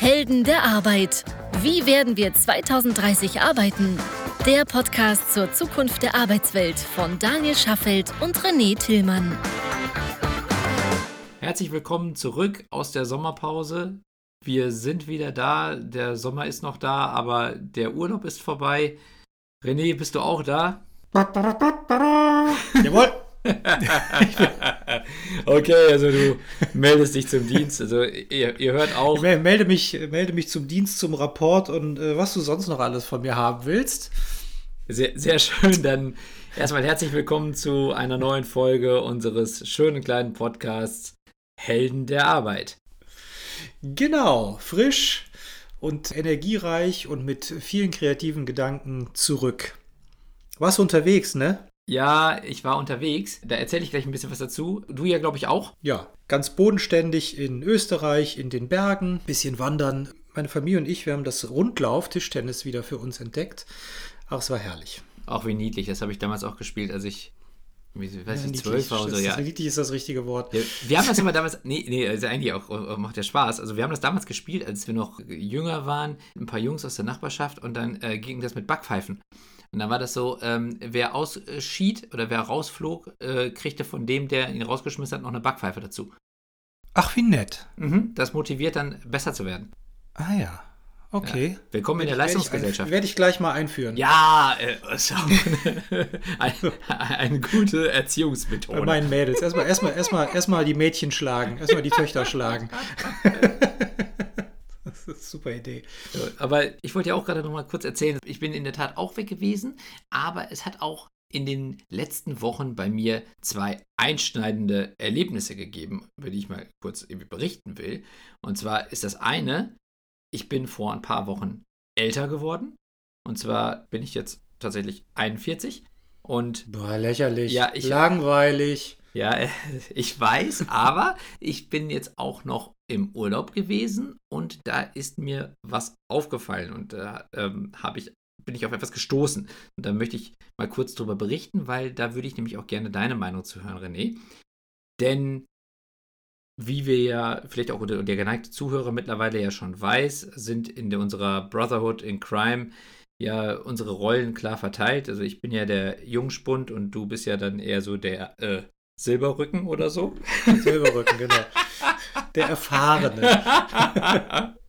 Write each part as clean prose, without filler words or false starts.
Helden der Arbeit. Wie werden wir 2030 arbeiten? Der Podcast zur Zukunft der Arbeitswelt von Daniel Schaffelt und René Tillmann. Herzlich willkommen zurück aus der Sommerpause. Wir sind wieder da, der Sommer ist noch da, aber der Urlaub ist vorbei. René, bist du auch da? Jawohl! Okay, also du meldest dich zum Dienst. Also ihr hört auch. Ich melde mich zum Dienst, zum Rapport und was du sonst noch alles von mir haben willst. Sehr, sehr schön. Dann erstmal herzlich willkommen zu einer neuen Folge unseres schönen kleinen Podcasts Helden der Arbeit. Genau, frisch und energiereich und mit vielen kreativen Gedanken zurück. Warst du unterwegs, ne? Ja, ich war unterwegs. Da erzähle ich gleich ein bisschen was dazu. Du ja, glaube ich, auch. Ja, ganz bodenständig in Österreich, in den Bergen, bisschen wandern. Meine Familie und ich, wir haben das Rundlauf-Tischtennis wieder für uns entdeckt. Ach, es war herrlich. Auch wie niedlich. Das habe ich damals auch gespielt, als ich, Ja, 12 war oder so. Ja. Niedlich ist das richtige Wort. Ja, wir haben das aber damals, also eigentlich auch, macht ja Spaß. Also wir haben das damals gespielt, als wir noch jünger waren, ein paar Jungs aus der Nachbarschaft und dann ging das mit Backpfeifen. Und dann war das so, wer ausschied oder wer rausflog, kriegte von dem, der ihn rausgeschmissen hat, noch eine Backpfeife dazu. Ach, wie nett. Das motiviert dann, besser zu werden. Ah ja, okay. Ja. Willkommen in der Leistungsgesellschaft. Werde ich gleich mal einführen. Ja, ist auch eine gute Erziehungsmethode. Bei meinen Mädels. Erstmal die Mädchen schlagen, erstmal die Töchter schlagen. Das ist eine super Idee. Aber ich wollte ja auch gerade noch mal kurz erzählen, ich bin in der Tat auch weg gewesen, aber es hat auch in den letzten Wochen bei mir 2 einschneidende Erlebnisse gegeben, über die ich mal kurz irgendwie berichten will. Und zwar ist das eine, ich bin vor ein paar Wochen älter geworden. Und zwar bin ich jetzt tatsächlich 41. Und boah, lächerlich. Ja, langweilig. Ja, ich weiß, aber ich bin jetzt auch noch im Urlaub gewesen und da ist mir was aufgefallen und da bin ich auf etwas gestoßen. Und da möchte ich mal kurz drüber berichten, weil da würde ich nämlich auch gerne deine Meinung zu hören, René. Denn wie wir ja vielleicht auch der geneigte Zuhörer mittlerweile ja schon weiß, sind in unserer Brotherhood in Crime ja unsere Rollen klar verteilt. Also ich bin ja der Jungspund und du bist ja dann eher so der Silberrücken oder so. Silberrücken, genau. Der Erfahrene.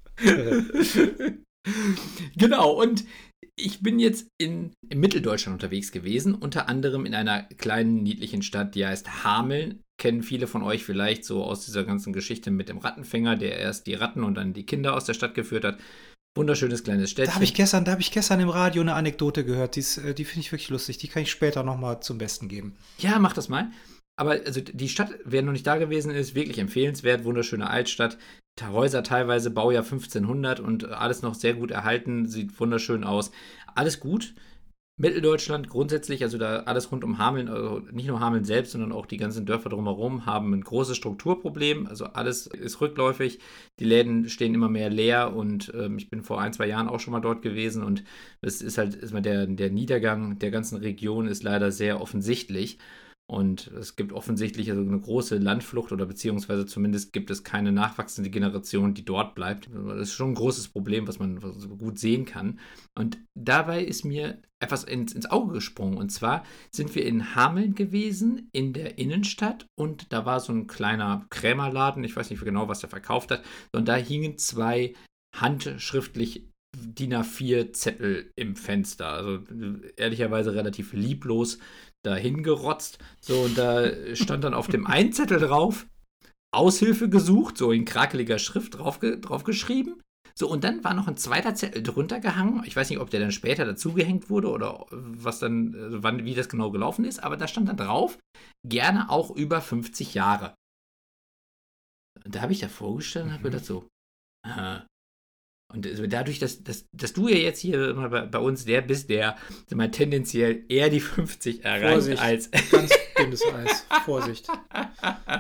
Genau, und ich bin jetzt in Mitteldeutschland unterwegs gewesen, unter anderem in einer kleinen, niedlichen Stadt, die heißt Hameln. Kennen viele von euch vielleicht so aus dieser ganzen Geschichte mit dem Rattenfänger, der erst die Ratten und dann die Kinder aus der Stadt geführt hat. Wunderschönes kleines Städtchen. Da habe ich gestern im Radio eine Anekdote gehört, die finde ich wirklich lustig. Die kann ich später nochmal zum Besten geben. Ja, mach das mal. Aber also die Stadt, wer noch nicht da gewesen ist, wirklich empfehlenswert, wunderschöne Altstadt. Häuser teilweise Baujahr 1500 und alles noch sehr gut erhalten, sieht wunderschön aus. Alles gut. Mitteldeutschland grundsätzlich, also da alles rund um Hameln, also nicht nur Hameln selbst, sondern auch die ganzen Dörfer drumherum haben ein großes Strukturproblem. Also alles ist rückläufig. Die Läden stehen immer mehr leer und ich bin vor 1-2 Jahren auch schon mal dort gewesen und es ist halt der Niedergang der ganzen Region ist leider sehr offensichtlich. Und es gibt offensichtlich also eine große Landflucht oder beziehungsweise zumindest gibt es keine nachwachsende Generation, die dort bleibt. Das ist schon ein großes Problem, was man gut sehen kann. Und dabei ist mir etwas ins Auge gesprungen. Und zwar sind wir in Hameln gewesen, in der Innenstadt. Und da war so ein kleiner Krämerladen, ich weiß nicht genau, was der verkauft hat. Und da hingen 2 handschriftlich DIN A4 Zettel im Fenster. Also ehrlicherweise relativ lieblos dahin gerotzt. So, und da stand dann auf dem einen Zettel drauf, Aushilfe gesucht, so in krakeliger Schrift drauf geschrieben. So, und dann war noch ein zweiter Zettel drunter gehangen. Ich weiß nicht, ob der dann später dazugehängt wurde oder was dann, wie das genau gelaufen ist, aber da stand dann drauf, gerne auch über 50 Jahre. Und da habe ich da vorgestellt und habe gedacht so, und dadurch, dass du ja jetzt hier bei uns der bist, der mal tendenziell eher die 50 erreicht Vorsicht, als ganz dünnes Eis. Vorsicht.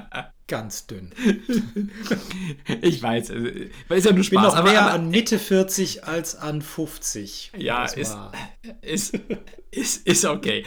ganz dünn. Ich weiß, ist ja nur Ich bin Spaß. noch mehr an Mitte 40 als an 50. Ja, ist okay.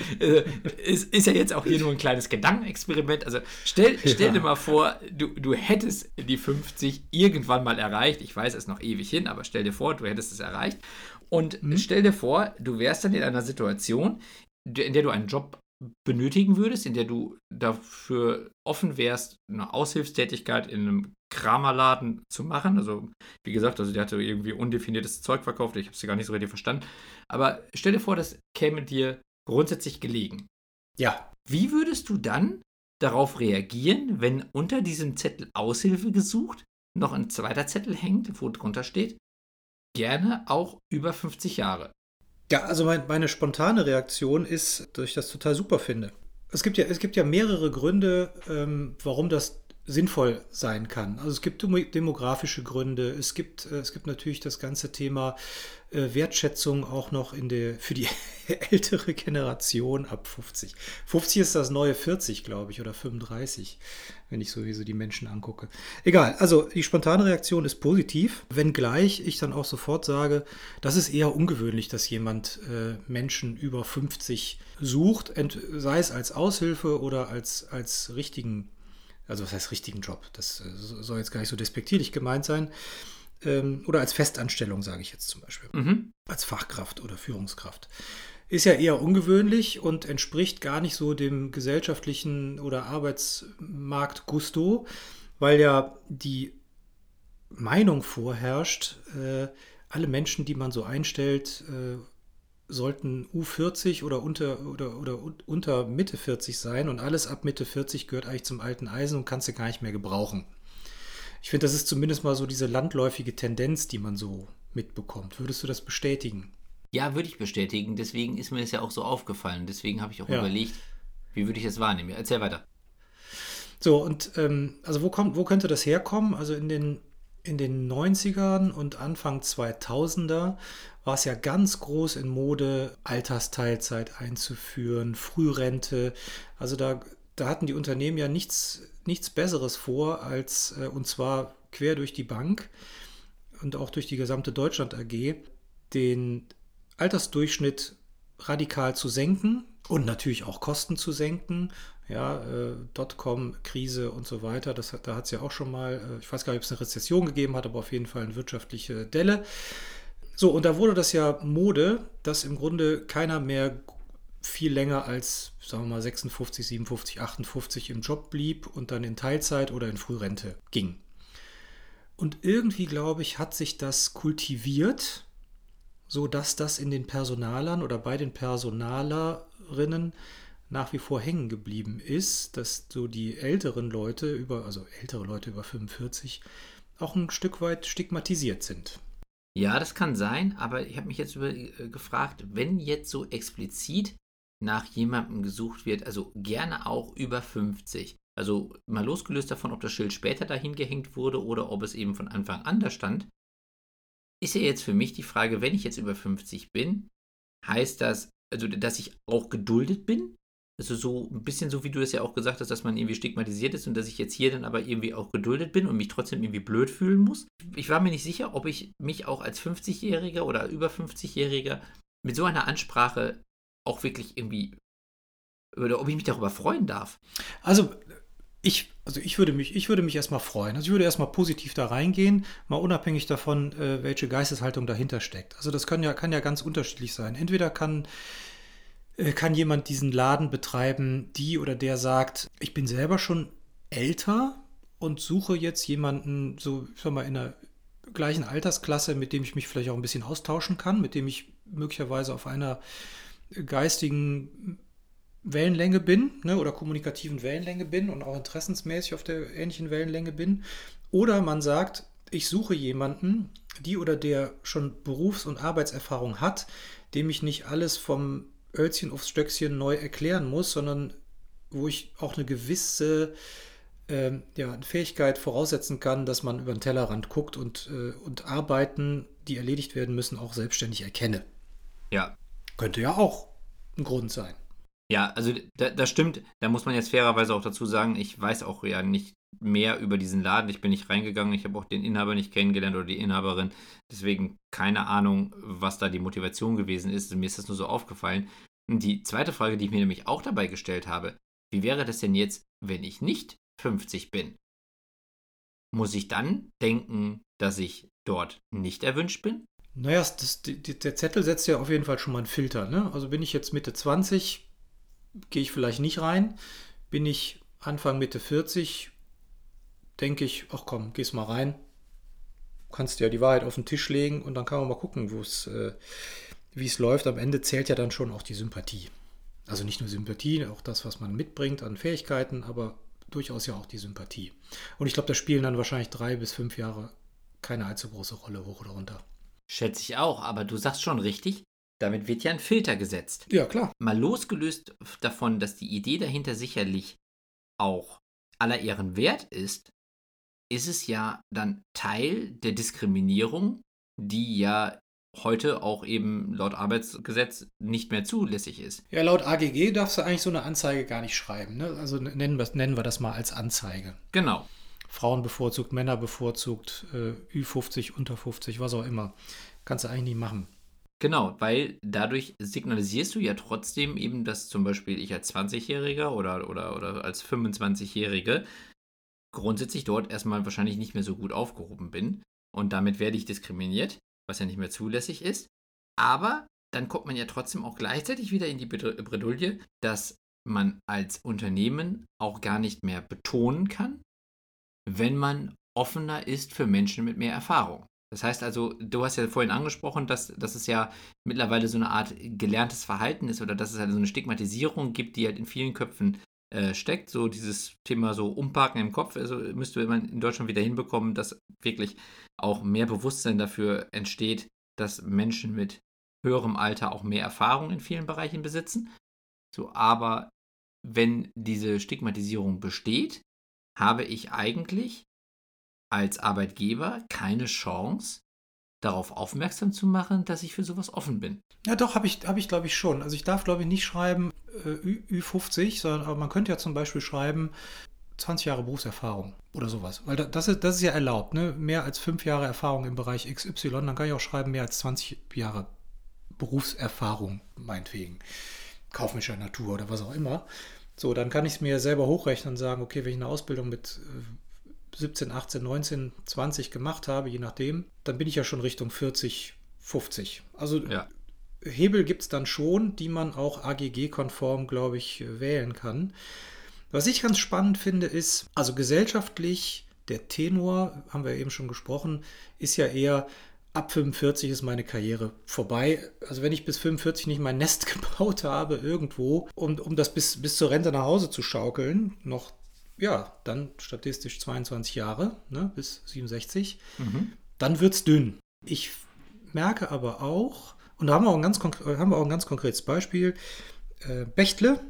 Ist ja jetzt auch hier nur ein kleines Gedankenexperiment. Also stell dir mal vor, du hättest die 50 irgendwann mal erreicht. Ich weiß, es ist noch ewig hin, aber stell dir vor, du hättest es erreicht. Und stell dir vor, du wärst dann in einer Situation, in der du einen Job benötigen würdest, in der du dafür offen wärst, eine Aushilfstätigkeit in einem Kramerladen zu machen. Also, wie gesagt, der hatte irgendwie undefiniertes Zeug verkauft, ich habe es gar nicht so richtig verstanden. Aber stell dir vor, das käme dir grundsätzlich gelegen. Ja. Wie würdest du dann darauf reagieren, wenn unter diesem Zettel Aushilfe gesucht noch ein zweiter Zettel hängt, wo drunter steht, gerne auch über 50 Jahre? Ja, also meine spontane Reaktion ist, dass ich das total super finde. Es gibt ja mehrere Gründe, warum das sinnvoll sein kann. Also es gibt demografische Gründe, es gibt natürlich das ganze Thema Wertschätzung auch noch für die ältere Generation ab 50. 50 ist das neue 40, glaube ich, oder 35, wenn ich sowieso die Menschen angucke. Egal, also die spontane Reaktion ist positiv, wenngleich ich dann auch sofort sage, das ist eher ungewöhnlich, dass jemand Menschen über 50 sucht, sei es als Aushilfe oder als richtigen, also was heißt richtigen Job, das soll jetzt gar nicht so despektierlich gemeint sein, oder als Festanstellung, sage ich jetzt zum Beispiel, als Fachkraft oder Führungskraft. Ist ja eher ungewöhnlich und entspricht gar nicht so dem gesellschaftlichen oder Arbeitsmarkt-Gusto, weil ja die Meinung vorherrscht, alle Menschen, die man so einstellt, sollten U40 oder unter Mitte 40 sein und alles ab Mitte 40 gehört eigentlich zum alten Eisen und kannst du gar nicht mehr gebrauchen. Ich finde, das ist zumindest mal so diese landläufige Tendenz, die man so mitbekommt. Würdest du das bestätigen? Ja, würde ich bestätigen. Deswegen ist mir das ja auch so aufgefallen. Deswegen habe ich auch überlegt, wie würde ich das wahrnehmen. Erzähl weiter. So, und also wo könnte das herkommen? Also in den 90ern und Anfang 2000er war es ja ganz groß in Mode, Altersteilzeit einzuführen, Frührente. Also da hatten die Unternehmen ja nichts Besseres vor, als, und zwar quer durch die Bank und auch durch die gesamte Deutschland AG, den Altersdurchschnitt radikal zu senken und natürlich auch Kosten zu senken. Ja, Dotcom-Krise und so weiter, da hat es ja auch schon mal, ich weiß gar nicht, ob es eine Rezession gegeben hat, aber auf jeden Fall eine wirtschaftliche Delle. So, und da wurde das ja Mode, dass im Grunde keiner mehr viel länger als, sagen wir mal, 56, 57, 58 im Job blieb und dann in Teilzeit oder in Frührente ging. Und irgendwie, glaube ich, hat sich das kultiviert, so dass das in den Personalern oder bei den Personalerinnen nach wie vor hängen geblieben ist, dass so die ältere Leute über 45 auch ein Stück weit stigmatisiert sind. Ja, das kann sein, aber ich habe mich jetzt gefragt, wenn jetzt so explizit nach jemandem gesucht wird, also gerne auch über 50, also mal losgelöst davon, ob das Schild später dahin gehängt wurde oder ob es eben von Anfang an da stand, ist ja jetzt für mich die Frage, wenn ich jetzt über 50 bin, heißt das, also dass ich auch geduldet bin? Also so ein bisschen so, wie du es ja auch gesagt hast, dass man irgendwie stigmatisiert ist und dass ich jetzt hier dann aber irgendwie auch geduldet bin und mich trotzdem irgendwie blöd fühlen muss. Ich war mir nicht sicher, ob ich mich auch als 50-Jähriger oder über 50-Jähriger mit so einer Ansprache auch wirklich irgendwie, oder ob ich mich darüber freuen darf. Also ich würde mich erstmal freuen. Also ich würde erstmal positiv da reingehen, mal unabhängig davon, welche Geisteshaltung dahinter steckt. Also das kann ja ganz unterschiedlich sein. Entweder kann jemand diesen Laden betreiben, die oder der sagt, ich bin selber schon älter und suche jetzt jemanden, so ich sag mal, in der gleichen Altersklasse, mit dem ich mich vielleicht auch ein bisschen austauschen kann, mit dem ich möglicherweise auf einer geistigen Wellenlänge bin, ne, oder kommunikativen Wellenlänge bin und auch interessensmäßig auf der ähnlichen Wellenlänge bin. Oder man sagt, ich suche jemanden, die oder der schon Berufs- und Arbeitserfahrung hat, dem ich nicht alles vom Hölzchen aufs Stöckchen neu erklären muss, sondern wo ich auch eine gewisse Fähigkeit voraussetzen kann, dass man über den Tellerrand guckt und Arbeiten, die erledigt werden müssen, auch selbstständig erkenne. Ja. Könnte ja auch ein Grund sein. Ja, also das stimmt. Da muss man jetzt fairerweise auch dazu sagen, ich weiß auch ja nicht mehr über diesen Laden. Ich bin nicht reingegangen. Ich habe auch den Inhaber nicht kennengelernt oder die Inhaberin. Deswegen keine Ahnung, was da die Motivation gewesen ist. Mir ist das nur so aufgefallen. Und die zweite Frage, die ich mir nämlich auch dabei gestellt habe, wie wäre das denn jetzt, wenn ich nicht 50 bin? Muss ich dann denken, dass ich dort nicht erwünscht bin? Naja, der Zettel setzt ja auf jeden Fall schon mal einen Filter. Ne? Also bin ich jetzt Mitte 20, gehe ich vielleicht nicht rein. Bin ich Anfang Mitte 40, denke ich, ach komm, gehst mal rein. Kannst dir ja die Wahrheit auf den Tisch legen und dann kann man mal gucken, wie es läuft. Am Ende zählt ja dann schon auch die Sympathie. Also nicht nur Sympathie, auch das, was man mitbringt an Fähigkeiten, aber durchaus ja auch die Sympathie. Und ich glaube, da spielen dann wahrscheinlich 3 bis 5 Jahre keine allzu große Rolle, hoch oder runter. Schätze ich auch, aber du sagst schon richtig, damit wird ja ein Filter gesetzt. Ja, klar. Mal losgelöst davon, dass die Idee dahinter sicherlich auch aller Ehren wert ist es ja dann Teil der Diskriminierung, die ja heute auch eben laut Arbeitsgesetz nicht mehr zulässig ist. Ja, laut AGG darfst du eigentlich so eine Anzeige gar nicht schreiben. Ne? Also nennen wir das mal als Anzeige. Genau. Frauen bevorzugt, Männer bevorzugt, Ü50, unter 50, was auch immer. Kannst du eigentlich nicht machen. Genau, weil dadurch signalisierst du ja trotzdem eben, dass zum Beispiel ich als 20-Jähriger oder als 25-Jährige grundsätzlich dort erstmal wahrscheinlich nicht mehr so gut aufgehoben bin und damit werde ich diskriminiert, was ja nicht mehr zulässig ist. Aber dann kommt man ja trotzdem auch gleichzeitig wieder in die Bredouille, dass man als Unternehmen auch gar nicht mehr betonen kann, wenn man offener ist für Menschen mit mehr Erfahrung. Das heißt also, du hast ja vorhin angesprochen, dass es ja mittlerweile so eine Art gelerntes Verhalten ist oder dass es halt so eine Stigmatisierung gibt, die halt in vielen Köpfen steckt. So dieses Thema so Umparken im Kopf, also müsste man in Deutschland wieder hinbekommen, dass wirklich auch mehr Bewusstsein dafür entsteht, dass Menschen mit höherem Alter auch mehr Erfahrung in vielen Bereichen besitzen. So, aber wenn diese Stigmatisierung besteht, habe ich eigentlich als Arbeitgeber keine Chance, darauf aufmerksam zu machen, dass ich für sowas offen bin. Ja, doch, habe ich glaube ich, schon. Also ich darf, glaube ich, nicht schreiben Ü50, sondern aber man könnte ja zum Beispiel schreiben 20 Jahre Berufserfahrung oder sowas. Weil das ist ja erlaubt, ne? Mehr als 5 Jahre Erfahrung im Bereich XY, dann kann ich auch schreiben, mehr als 20 Jahre Berufserfahrung, meinetwegen. Kaufmännischer Natur oder was auch immer. So, dann kann ich es mir selber hochrechnen und sagen, okay, wenn ich eine Ausbildung mit 17, 18, 19, 20 gemacht habe, je nachdem, dann bin ich ja schon Richtung 40, 50. Also ja. Hebel gibt es dann schon, die man auch AGG-konform, glaube ich, wählen kann. Was ich ganz spannend finde, ist, also gesellschaftlich, der Tenor, haben wir eben schon gesprochen, ist ja eher, ab 45 ist meine Karriere vorbei. Also wenn ich bis 45 nicht mein Nest gebaut habe irgendwo, um das bis zur Rente nach Hause zu schaukeln, noch, ja, dann statistisch 22 Jahre, ne, bis 67, dann wird es dünn. Ich merke aber auch, und da haben wir auch ein ganz konkretes Beispiel, Bechtle,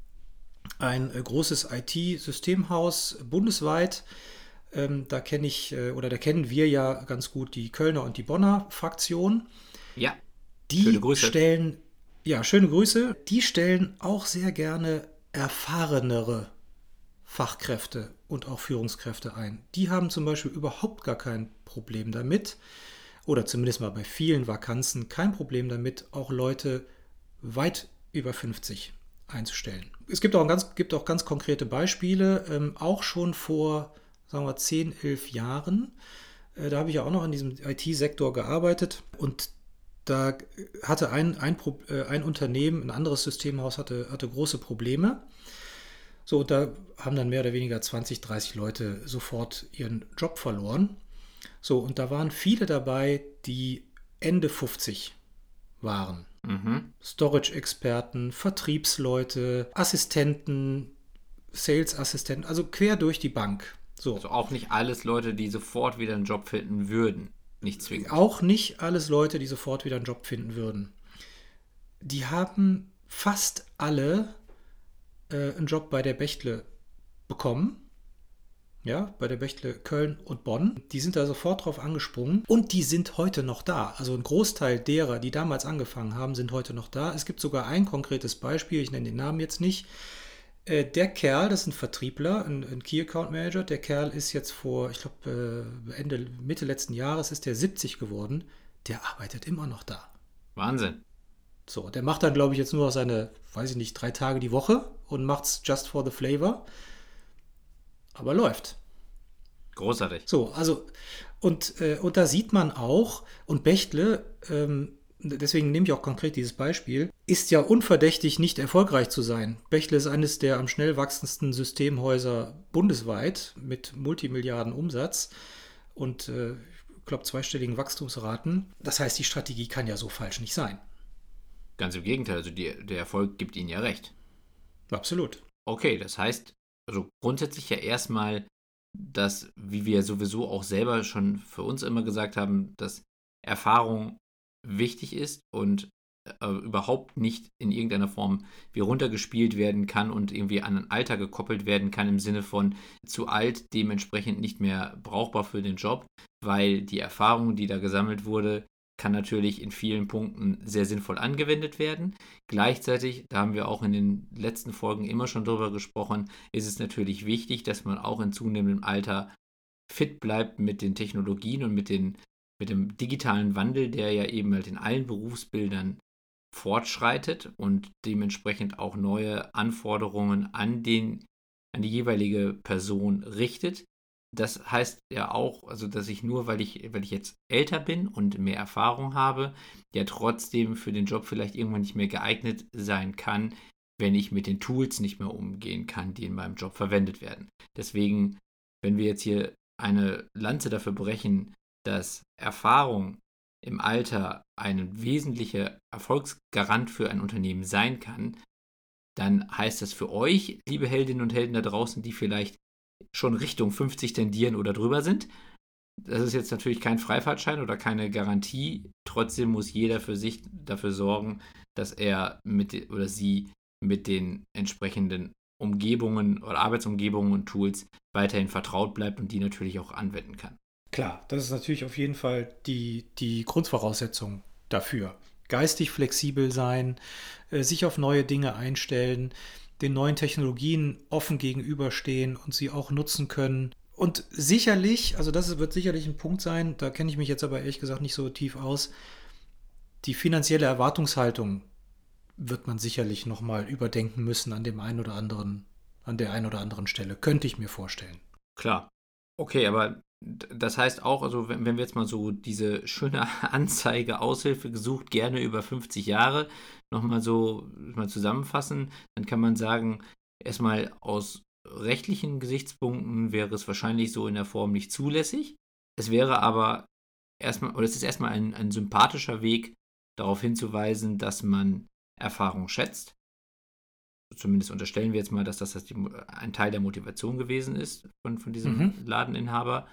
ein großes IT-Systemhaus bundesweit. Da kennen wir ja ganz gut die Kölner und die Bonner Fraktion. Ja, die schöne Grüße. Schöne Grüße. Die stellen auch sehr gerne erfahrenere Fachkräfte und auch Führungskräfte ein. Die haben zum Beispiel überhaupt gar kein Problem damit, oder zumindest mal bei vielen Vakanzen kein Problem damit, auch Leute weit über 50 einzustellen. Es gibt auch ganz konkrete Beispiele, auch schon vor, sagen wir, 10, 11 Jahren. Da habe ich ja auch noch in diesem IT-Sektor gearbeitet und da hatte ein Unternehmen, ein anderes Systemhaus hatte große Probleme. So, da haben dann mehr oder weniger 20, 30 Leute sofort ihren Job verloren. So, und da waren viele dabei, die Ende 50 waren. Storage-Experten, Vertriebsleute, Assistenten, Sales-Assistenten, also quer durch die Bank. So. Also auch nicht alles Leute, die sofort wieder einen Job finden würden. Nicht zwingend. Auch nicht alles Leute, die sofort wieder einen Job finden würden. Die haben fast alle einen Job bei der Bechtle bekommen. ja, bei der Bechtle Köln und Bonn. Die sind da sofort drauf angesprungen und die sind heute noch da. Also ein Großteil derer, die damals angefangen haben, sind heute noch da. Es gibt sogar ein konkretes Beispiel, ich nenne den Namen jetzt nicht. Der Kerl, das ist ein Vertriebler, ein Key Account Manager. Der Kerl ist jetzt ich glaube, Mitte letzten Jahres ist der 70 geworden. Der arbeitet immer noch da. Wahnsinn. So, der macht dann, glaube ich, jetzt nur noch seine, weiß ich nicht, 3 Tage die Woche und macht's just for the flavor. Aber läuft. Großartig. So, also, und da sieht man auch, und Bechtle, deswegen nehme ich auch konkret dieses Beispiel, ist ja unverdächtig, nicht erfolgreich zu sein. Bechtle ist eines der am schnell wachsendsten Systemhäuser bundesweit mit Multimilliarden Umsatz und, ich glaube, zweistelligen Wachstumsraten. Das heißt, die Strategie kann ja so falsch nicht sein. Ganz im Gegenteil, also der Erfolg gibt Ihnen ja recht. Absolut. Okay, das heißt, also grundsätzlich ja erstmal, dass, wie wir sowieso auch selber schon für uns immer gesagt haben, dass Erfahrung wichtig ist und überhaupt nicht in irgendeiner Form wie runtergespielt werden kann und irgendwie an ein Alter gekoppelt werden kann im Sinne von zu alt, dementsprechend nicht mehr brauchbar für den Job, weil die Erfahrung, die da gesammelt wurde, kann natürlich in vielen Punkten sehr sinnvoll angewendet werden. Gleichzeitig, da haben wir auch in den letzten Folgen immer schon drüber gesprochen, ist es natürlich wichtig, dass man auch in zunehmendem Alter fit bleibt mit den Technologien und mit dem digitalen Wandel, der ja eben halt in allen Berufsbildern fortschreitet und dementsprechend auch neue Anforderungen an die jeweilige Person richtet. Das heißt ja auch, also dass ich nur, weil ich jetzt älter bin und mehr Erfahrung habe, ja trotzdem für den Job vielleicht irgendwann nicht mehr geeignet sein kann, wenn ich mit den Tools nicht mehr umgehen kann, die in meinem Job verwendet werden. Deswegen, wenn wir jetzt hier eine Lanze dafür brechen, dass Erfahrung im Alter ein wesentlicher Erfolgsgarant für ein Unternehmen sein kann, dann heißt das für euch, liebe Heldinnen und Helden da draußen, die vielleicht schon Richtung 50 tendieren oder drüber sind. Das ist jetzt natürlich kein Freifahrtschein oder keine Garantie. Trotzdem muss jeder für sich dafür sorgen, dass er oder sie mit den entsprechenden Umgebungen oder Arbeitsumgebungen und Tools weiterhin vertraut bleibt und die natürlich auch anwenden kann. Klar, das ist natürlich auf jeden Fall die Grundvoraussetzung dafür. Geistig flexibel sein, sich auf neue Dinge einstellen, den neuen Technologien offen gegenüberstehen und sie auch nutzen können. Und sicherlich, also das wird sicherlich ein Punkt sein, da kenne ich mich jetzt aber ehrlich gesagt nicht so tief aus, die finanzielle Erwartungshaltung wird man sicherlich nochmal überdenken müssen an der einen oder anderen Stelle, könnte ich mir vorstellen. Klar. Okay, aber das heißt auch, also wenn wir jetzt mal so diese schöne Anzeige Aushilfe gesucht, gerne über 50 Jahre, nochmal so mal zusammenfassen, dann kann man sagen, erstmal aus rechtlichen Gesichtspunkten wäre es wahrscheinlich so in der Form nicht zulässig. Es wäre aber erstmal, oder es ist erstmal ein sympathischer Weg, darauf hinzuweisen, dass man Erfahrung schätzt. Zumindest unterstellen wir jetzt mal, dass das ein Teil der Motivation gewesen ist von diesem Ladeninhaber.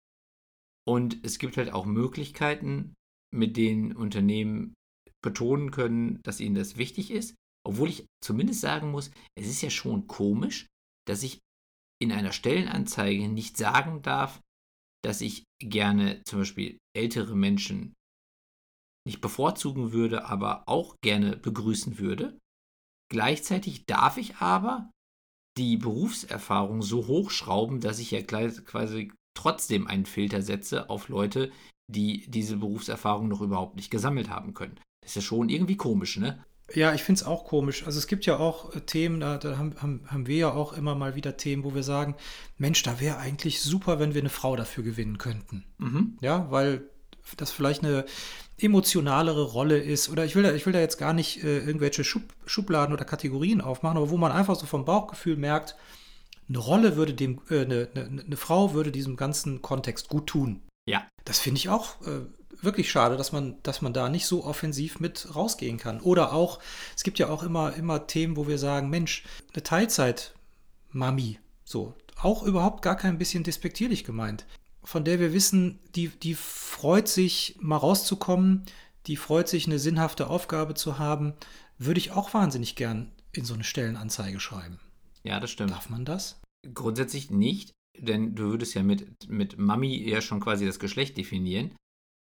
Und es gibt halt auch Möglichkeiten, mit denen Unternehmen betonen können, dass ihnen das wichtig ist. Obwohl ich zumindest sagen muss, es ist ja schon komisch, dass ich in einer Stellenanzeige nicht sagen darf, dass ich gerne zum Beispiel ältere Menschen nicht bevorzugen würde, aber auch gerne begrüßen würde. Gleichzeitig darf ich aber die Berufserfahrung so hochschrauben, dass ich ja quasi trotzdem einen Filter setze auf Leute, die diese Berufserfahrung noch überhaupt nicht gesammelt haben können. Das ist ja schon irgendwie komisch, ne? Ja, ich finde es auch komisch. Also es gibt ja auch Themen, da haben wir ja auch immer mal wieder Themen, wo wir sagen, Mensch, da wäre eigentlich super, wenn wir eine Frau dafür gewinnen könnten. Ja, weil das vielleicht eine emotionalere Rolle ist. Oder ich will da jetzt gar nicht irgendwelche Schubladen oder Kategorien aufmachen, aber wo man einfach so vom Bauchgefühl merkt, eine Rolle würde eine Frau würde diesem ganzen Kontext gut tun. Ja. Das finde ich auch wirklich schade, dass man da nicht so offensiv mit rausgehen kann. Oder auch, es gibt ja auch immer Themen, wo wir sagen, Mensch, eine Teilzeit-Mami, so, auch überhaupt gar kein bisschen despektierlich gemeint, von der wir wissen, die freut sich, mal rauszukommen, die freut sich, eine sinnhafte Aufgabe zu haben, würde ich auch wahnsinnig gern in so eine Stellenanzeige schreiben. Ja, das stimmt. Darf man das? Grundsätzlich nicht, denn du würdest ja mit Mami ja schon quasi das Geschlecht definieren.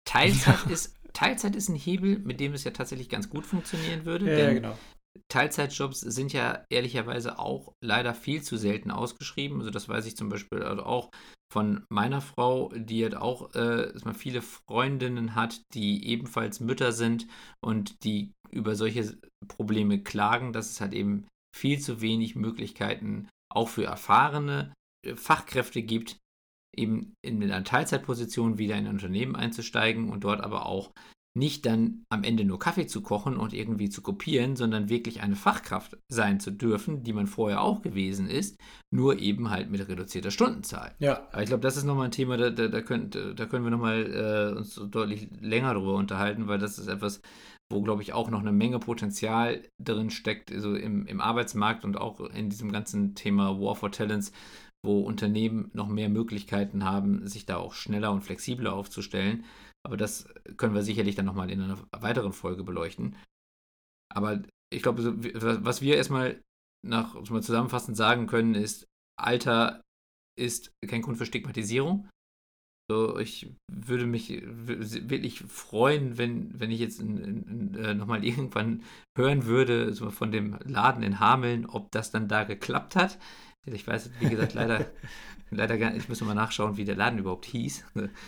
Teilzeit ist ein Hebel, mit dem es ja tatsächlich ganz gut funktionieren würde, denn genau. Teilzeitjobs sind ja ehrlicherweise auch leider viel zu selten ausgeschrieben. Also das weiß ich zum Beispiel also auch von meiner Frau, die halt auch viele Freundinnen hat, die ebenfalls Mütter sind und die über solche Probleme klagen, dass es halt eben viel zu wenig Möglichkeiten auch für erfahrene Fachkräfte gibt, eben in einer Teilzeitposition wieder in ein Unternehmen einzusteigen und dort aber auch nicht dann am Ende nur Kaffee zu kochen und irgendwie zu kopieren, sondern wirklich eine Fachkraft sein zu dürfen, die man vorher auch gewesen ist, nur eben halt mit reduzierter Stundenzahl. Ja. Aber ich glaube, das ist nochmal ein Thema, da können wir nochmal uns so deutlich länger drüber unterhalten, weil das ist etwas, wo, glaube ich, auch noch eine Menge Potenzial drin steckt, also im Arbeitsmarkt und auch in diesem ganzen Thema War for Talents, wo Unternehmen noch mehr Möglichkeiten haben, sich da auch schneller und flexibler aufzustellen. Aber das können wir sicherlich dann nochmal in einer weiteren Folge beleuchten. Aber ich glaube, was wir erstmal zusammenfassend sagen können, ist, Alter ist kein Grund für Stigmatisierung. So, ich würde mich wirklich freuen, wenn ich jetzt nochmal irgendwann hören würde, so von dem Laden in Hameln, ob das dann da geklappt hat. Ich weiß, wie gesagt, leider gar nicht. Ich muss mal nachschauen, wie der Laden überhaupt hieß.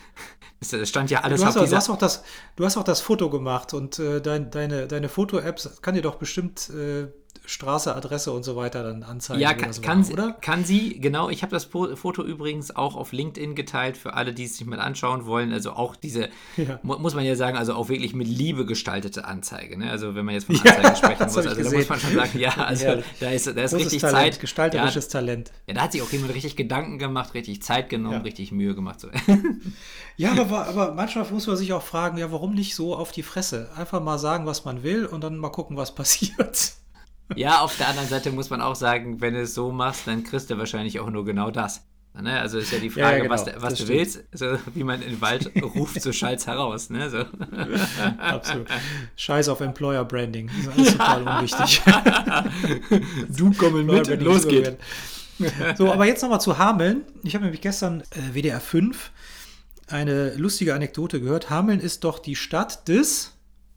Es stand ja alles Du hast auch das Foto gemacht und deine Foto-Apps kann dir doch bestimmt Straße, Adresse und so weiter dann anzeigen. Ja, oder? Kann sie, genau. Ich habe das Foto übrigens auch auf LinkedIn geteilt für alle, die es sich mal anschauen wollen. Also auch diese, muss man ja sagen, also auch wirklich mit Liebe gestaltete Anzeige. Ne? Also wenn man jetzt von Anzeigen sprechen muss, also da muss man schon sagen, ja, also da ist richtig Talent, Zeit. Gestalterisches Talent. Ja, da hat sich auch jemand richtig Gedanken gemacht, richtig Zeit genommen, richtig Mühe gemacht. So. Ja, aber manchmal muss man sich auch fragen, ja, warum nicht so auf die Fresse? Einfach mal sagen, was man will und dann mal gucken, was passiert. Ja, auf der anderen Seite muss man auch sagen, wenn du es so machst, dann kriegst du wahrscheinlich auch nur genau das. Ne? Also ist ja die Frage, genau, was du willst, so wie man in den Wald ruft, so schallt's heraus. Ne? So. Absolut. Scheiß auf Employer Branding. Das ist alles total unwichtig. Du komm mit, los geht's. So, aber jetzt nochmal zu Hameln. Ich habe nämlich gestern WDR 5 eine lustige Anekdote gehört. Hameln ist doch die Stadt des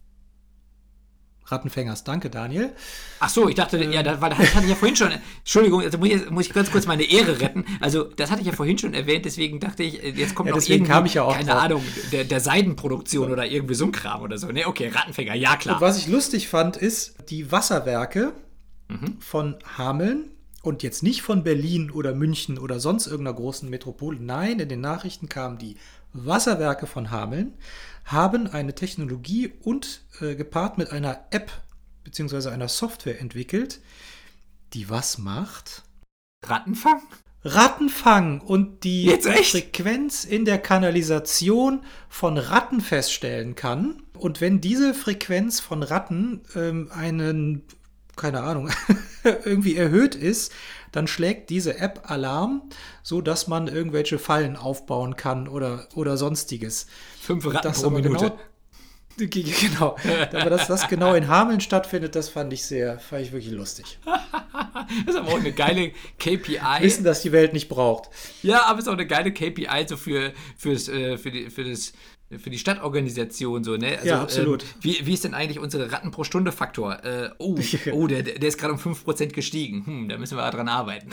Rattenfängers. Danke, Daniel. Ach so, ich dachte, das hatte ich ja vorhin schon. Entschuldigung, also muss ich ganz kurz meine Ehre retten. Also, das hatte ich ja vorhin schon erwähnt, deswegen dachte ich, jetzt kommt noch irgendwie, kam ich ja auch keine drauf. Ahnung, der Seidenproduktion oder irgendwie so ein Kram oder so. Ne, okay, Rattenfänger, ja klar. Und was ich lustig fand, ist, die Wasserwerke von Hameln und jetzt nicht von Berlin oder München oder sonst irgendeiner großen Metropole. Nein, in den Nachrichten kamen die Wasserwerke von Hameln, haben eine Technologie und gepaart mit einer App bzw. einer Software entwickelt, die was macht? Rattenfang? Rattenfang und die Jetzt echt? Frequenz in der Kanalisation von Ratten feststellen kann. Und wenn diese Frequenz von Ratten keine Ahnung, irgendwie erhöht ist, dann schlägt diese App Alarm, sodass man irgendwelche Fallen aufbauen kann oder sonstiges. 5 Ratten pro Minute. Genau. Aber dass das genau in Hameln stattfindet, das fand ich wirklich lustig. Das ist aber auch eine geile KPI. Wissen, dass die Welt nicht braucht. Ja, aber es ist auch eine geile KPI so für die Stadtorganisation. So, ne? Also, ja, absolut. Wie ist denn eigentlich unsere Ratten pro Stunde Faktor? Der ist gerade um 5% gestiegen. Da müssen wir dran arbeiten.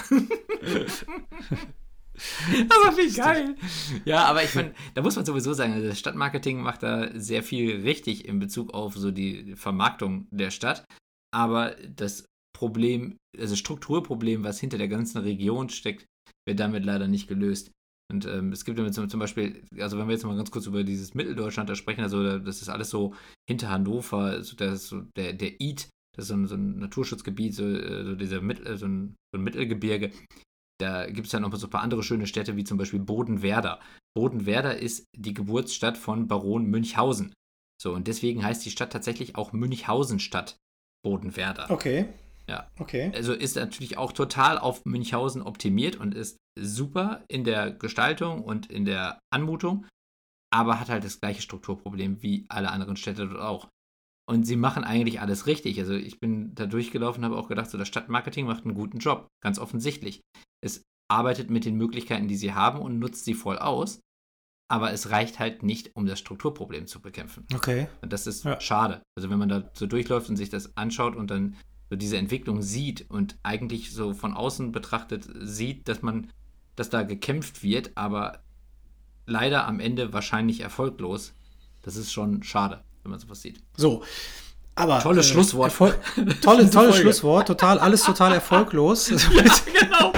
Aber wie geil. Ja, aber ich meine, da muss man sowieso sagen, also das Stadtmarketing macht da sehr viel richtig in Bezug auf so die Vermarktung der Stadt. Aber das Problem, also Strukturproblem, was hinter der ganzen Region steckt, wird damit leider nicht gelöst. Und es gibt damit zum Beispiel, also wenn wir jetzt mal ganz kurz über dieses Mitteldeutschland da sprechen, also das ist alles so hinter Hannover, also das ist so der Id, das ist so ein Naturschutzgebiet, so ein Mittelgebirge. Da gibt es dann noch so ein paar andere schöne Städte, wie zum Beispiel Bodenwerder. Bodenwerder ist die Geburtsstadt von Baron Münchhausen. So, und deswegen heißt die Stadt tatsächlich auch Münchhausenstadt Bodenwerder. Okay. Ja. Okay. Also ist natürlich auch total auf Münchhausen optimiert und ist super in der Gestaltung und in der Anmutung, aber hat halt das gleiche Strukturproblem wie alle anderen Städte dort auch. Und sie machen eigentlich alles richtig. Also ich bin da durchgelaufen und habe auch gedacht, so das Stadtmarketing macht einen guten Job, ganz offensichtlich. Es arbeitet mit den Möglichkeiten, die sie haben und nutzt sie voll aus. Aber es reicht halt nicht, um das Strukturproblem zu bekämpfen. Okay. Und das ist schade. Also wenn man da so durchläuft und sich das anschaut und dann so diese Entwicklung sieht und eigentlich so von außen betrachtet sieht, dass da gekämpft wird, aber leider am Ende wahrscheinlich erfolglos. Das ist schon schade, wenn man sowas sieht. So, aber tolles Schlusswort. Tolles Schlusswort, alles total erfolglos. Ja, genau.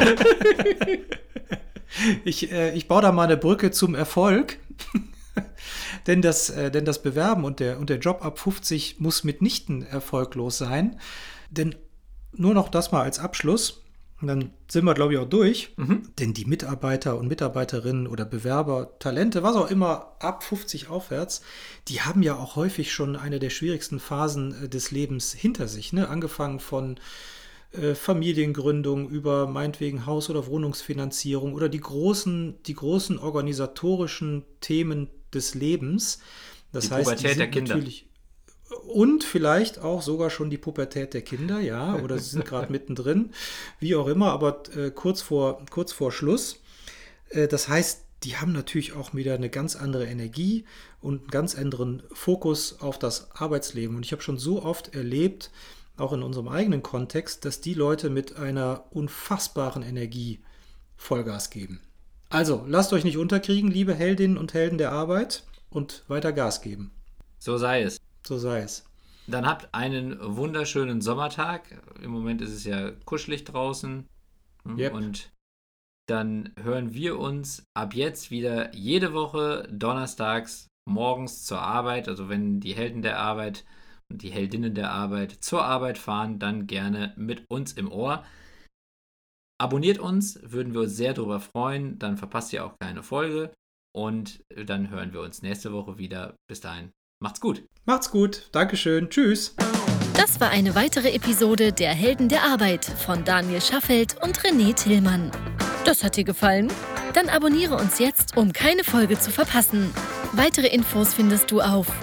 Ich baue da mal eine Brücke zum Erfolg. denn das Bewerben und der Job ab 50 muss mitnichten erfolglos sein. Denn nur noch das mal als Abschluss. Und dann sind wir, glaube ich, auch durch. Denn die Mitarbeiter und Mitarbeiterinnen oder Bewerber, Talente, was auch immer, ab 50 aufwärts, die haben ja auch häufig schon eine der schwierigsten Phasen des Lebens hinter sich. Ne? Angefangen von Familiengründung über meinetwegen Haus- oder Wohnungsfinanzierung oder die großen organisatorischen Themen des Lebens. Das die heißt, Pubertät der Kinder. Und vielleicht auch sogar schon die Pubertät der Kinder, ja, oder sie sind gerade mittendrin, wie auch immer, aber kurz vor Schluss. Das heißt, die haben natürlich auch wieder eine ganz andere Energie und einen ganz anderen Fokus auf das Arbeitsleben. Und ich habe schon so oft erlebt, auch in unserem eigenen Kontext, dass die Leute mit einer unfassbaren Energie Vollgas geben. Also, lasst euch nicht unterkriegen, liebe Heldinnen und Helden der Arbeit, und weiter Gas geben. So sei es. So sei es. Dann habt einen wunderschönen Sommertag. Im Moment ist es ja kuschelig draußen. Yep. Und dann hören wir uns ab jetzt wieder jede Woche donnerstags morgens zur Arbeit. Also wenn die Helden der Arbeit und die Heldinnen der Arbeit zur Arbeit fahren, dann gerne mit uns im Ohr. Abonniert uns, würden wir uns sehr darüber freuen. Dann verpasst ihr auch keine Folge. Und dann hören wir uns nächste Woche wieder. Bis dahin. Macht's gut. Macht's gut. Dankeschön. Tschüss. Das war eine weitere Episode der Helden der Arbeit von Daniel Schaffelt und René Tillmann. Das hat dir gefallen? Dann abonniere uns jetzt, um keine Folge zu verpassen. Weitere Infos findest du auf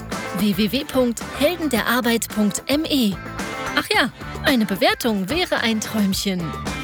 www.heldenderarbeit.me. Ach ja, eine Bewertung wäre ein Träumchen.